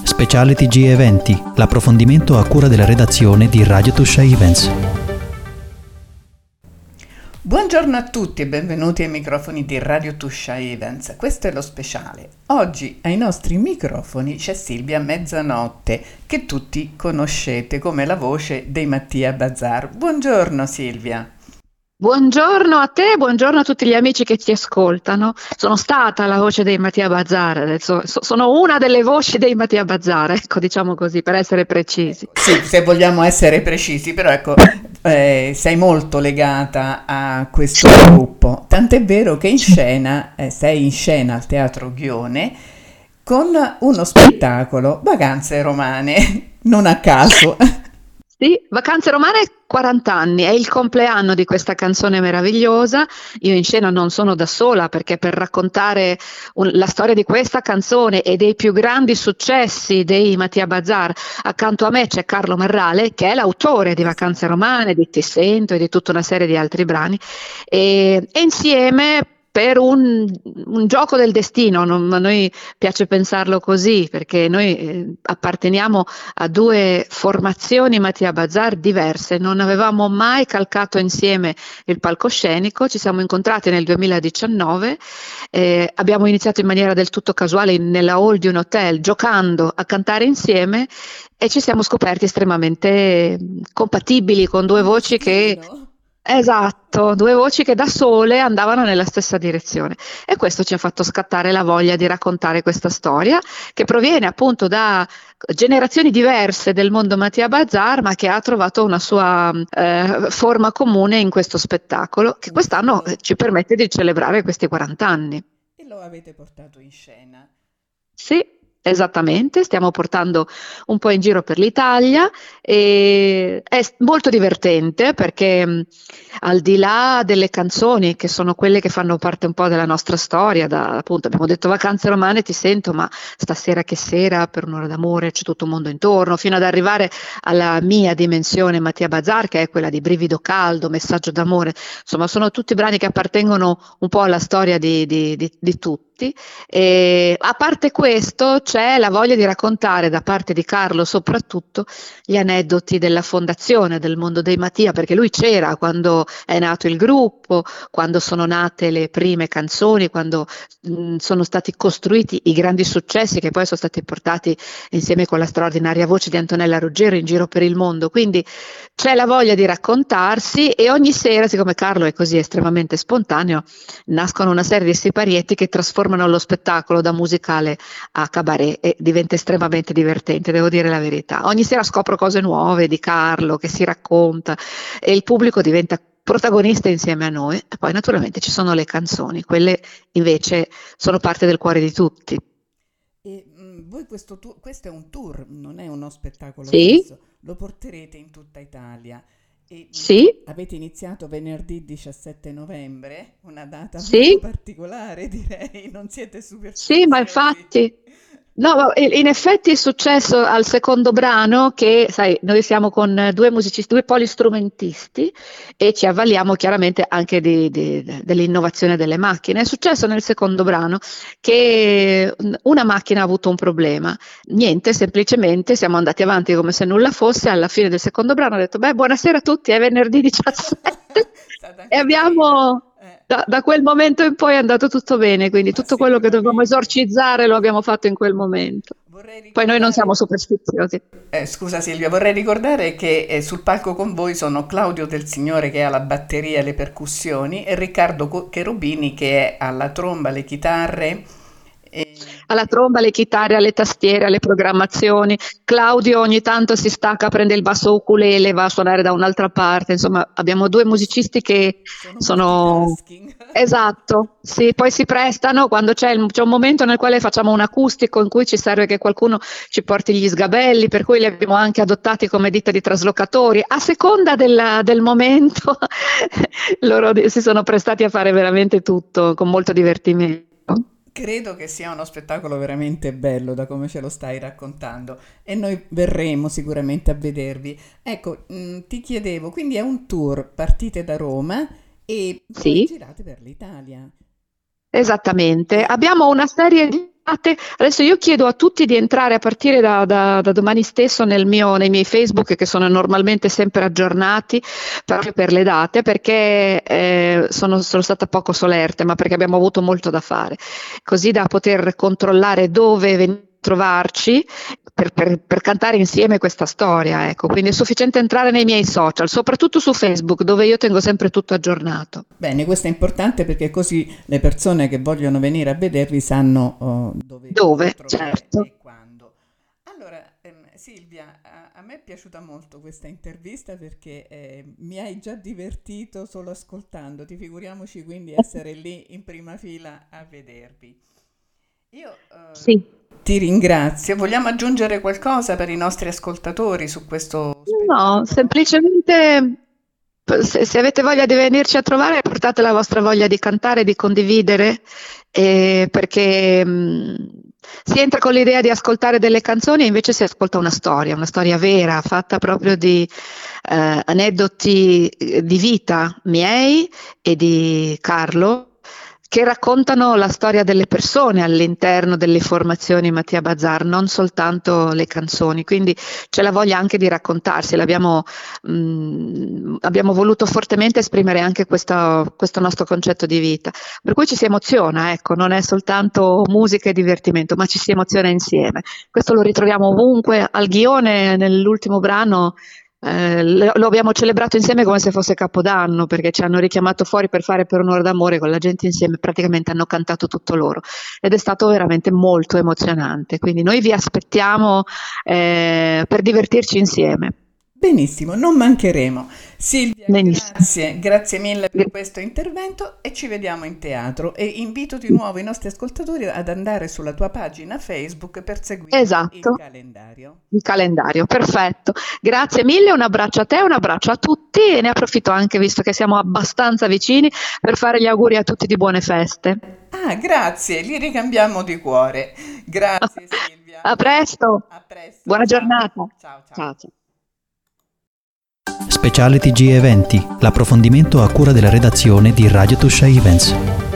Speciale TG Eventi, l'approfondimento a cura della redazione di Radio Tuscia Events. Buongiorno a tutti e benvenuti ai microfoni di Radio Tuscia Events. Questo è lo speciale. Oggi ai nostri microfoni c'è Silvia Mezzanotte, che tutti conoscete come la voce dei Mattia Bazar. Buongiorno Silvia. Buongiorno a te, buongiorno a tutti gli amici che ti ascoltano. Sono stata la voce dei Mattia Bazar, adesso sono una delle voci dei Mattia Bazar, ecco, diciamo così, per essere precisi. Sì, se vogliamo essere precisi, però ecco, sei molto legata a questo gruppo, tant'è vero che sei in scena al Teatro Ghione con uno spettacolo, Vacanze Romane, non a caso. Sì, Vacanze Romane 40 anni, è il compleanno di questa canzone meravigliosa. Io in scena non sono da sola perché per raccontare la storia di questa canzone e dei più grandi successi dei Mattia Bazar, accanto a me c'è Carlo Marrale, che è l'autore di Vacanze Romane, di Ti sento e di tutta una serie di altri brani, e insieme per un gioco del destino, a noi piace pensarlo così, perché noi apparteniamo a due formazioni Mattia Bazar diverse, non avevamo mai calcato insieme il palcoscenico, ci siamo incontrati nel 2019, abbiamo iniziato in maniera del tutto casuale nella hall di un hotel, giocando a cantare insieme e ci siamo scoperti estremamente compatibili con due voci che... Esatto, due voci che da sole andavano nella stessa direzione e questo ci ha fatto scattare la voglia di raccontare questa storia che proviene appunto da generazioni diverse del mondo Mattia Bazar, ma che ha trovato una sua forma comune in questo spettacolo che quest'anno ci permette di celebrare questi 40 anni. E lo avete portato in scena? Sì. Esattamente, stiamo portando un po' in giro per l'Italia e è molto divertente perché al di là delle canzoni che sono quelle che fanno parte un po' della nostra storia, appunto abbiamo detto Vacanze Romane, Ti sento, ma Stasera che sera, Per un'ora d'amore, C'è tutto un mondo intorno, fino ad arrivare alla mia dimensione Mattia Bazar, che è quella di Brivido caldo, Messaggio d'amore, insomma sono tutti brani che appartengono un po' alla storia di tutti. E a parte questo c'è la voglia di raccontare da parte di Carlo soprattutto gli aneddoti della fondazione del mondo dei Mattia, perché lui c'era quando è nato il gruppo, quando sono nate le prime canzoni, quando sono stati costruiti i grandi successi che poi sono stati portati insieme con la straordinaria voce di Antonella Ruggero in giro per il mondo, quindi c'è la voglia di raccontarsi e ogni sera, siccome Carlo è così estremamente spontaneo, nascono una serie di siparietti che trasformano lo spettacolo da musicale a cabaret e diventa estremamente divertente, devo dire la verità. Ogni sera scopro cose nuove di Carlo che si racconta e il pubblico diventa protagonista insieme a noi e poi naturalmente ci sono le canzoni, quelle invece sono parte del cuore di tutti. E voi questo è un tour, non è uno spettacolo Sì. fisso, lo porterete in tutta Italia. E Sì. avete iniziato venerdì 17 novembre, una data Sì. molto particolare direi, non siete superstiziosi? Sì, ma infatti, no, in effetti è successo al secondo brano che, sai, noi siamo con due musicisti, due polistrumentisti e ci avvaliamo chiaramente anche dell'innovazione delle macchine. È successo nel secondo brano che una macchina ha avuto un problema, niente, semplicemente siamo andati avanti come se nulla fosse, alla fine del secondo brano ho detto, buonasera a tutti, è venerdì 17 e abbiamo... Da quel momento in poi è andato tutto bene, quindi tutto quello che dovevamo esorcizzare lo abbiamo fatto in quel momento. Poi noi non siamo superstiziosi. Scusa Silvia, vorrei ricordare che sul palco con voi sono Claudio Del Signore che ha la batteria e le percussioni e Riccardo Cherubini che è alla tromba, le chitarre. Alla tromba, alle chitarre, alle tastiere, alle programmazioni. Claudio ogni tanto si stacca, prende il basso ukulele, va a suonare da un'altra parte. Insomma, abbiamo due musicisti che sono... Esatto, sì, poi si prestano quando c'è un momento nel quale facciamo un acustico in cui ci serve che qualcuno ci porti gli sgabelli, per cui li abbiamo anche adottati come ditta di traslocatori. A seconda del momento loro si sono prestati a fare veramente tutto con molto divertimento. Credo che sia uno spettacolo veramente bello da come ce lo stai raccontando e noi verremo sicuramente a vedervi. Ecco, ti chiedevo, quindi è un tour, partite da Roma e poi Sì. girate per l'Italia. Esattamente, abbiamo una serie di Adesso io chiedo a tutti di entrare a partire da domani stesso nei miei Facebook, che sono normalmente sempre aggiornati proprio per le date, perché sono stata poco solerte, ma perché abbiamo avuto molto da fare, così da poter controllare dove trovarci per cantare insieme questa storia, ecco. Quindi è sufficiente entrare nei miei social, soprattutto su Facebook, dove io tengo sempre tutto aggiornato. Bene, questo è importante perché così le persone che vogliono venire a vedervi sanno dove trovare certo. e quando. Allora, Silvia, a me è piaciuta molto questa intervista perché mi hai già divertito solo ascoltandoti, figuriamoci quindi essere lì in prima fila a vedervi. Io Sì. ti ringrazio. Vogliamo aggiungere qualcosa per i nostri ascoltatori su questo No, spettacolo? semplicemente se avete voglia di venirci a trovare, portate la vostra voglia di cantare, di condividere, perché si entra con l'idea di ascoltare delle canzoni e invece si ascolta una storia vera, fatta proprio di aneddoti di vita miei e di Carlo, che raccontano la storia delle persone all'interno delle formazioni Mattia Bazar, non soltanto le canzoni. Quindi c'è la voglia anche di raccontarsi. Abbiamo voluto fortemente esprimere anche questo nostro concetto di vita, per cui ci si emoziona, ecco, non è soltanto musica e divertimento, ma ci si emoziona insieme. Questo lo ritroviamo ovunque. Al Ghione, nell'ultimo brano, lo abbiamo celebrato insieme come se fosse Capodanno, perché ci hanno richiamato fuori per fare Per un'ora d'amore con la gente insieme, praticamente hanno cantato tutto loro ed è stato veramente molto emozionante. Quindi noi vi aspettiamo per divertirci insieme. Benissimo, non mancheremo. Silvia, Benissimo. grazie mille per questo intervento e ci vediamo in teatro e invito di nuovo i nostri ascoltatori ad andare sulla tua pagina Facebook per seguire il calendario. Il calendario, perfetto. Grazie mille, un abbraccio a te, un abbraccio a tutti e ne approfitto anche, visto che siamo abbastanza vicini, per fare gli auguri a tutti di buone feste. Ah, grazie, li ricambiamo di cuore. Grazie Silvia. A presto. A presto. Buona Ciao. giornata. Ciao. Ciao. Speciality G Eventi, l'approfondimento a cura della redazione di Radio Tuscia Events.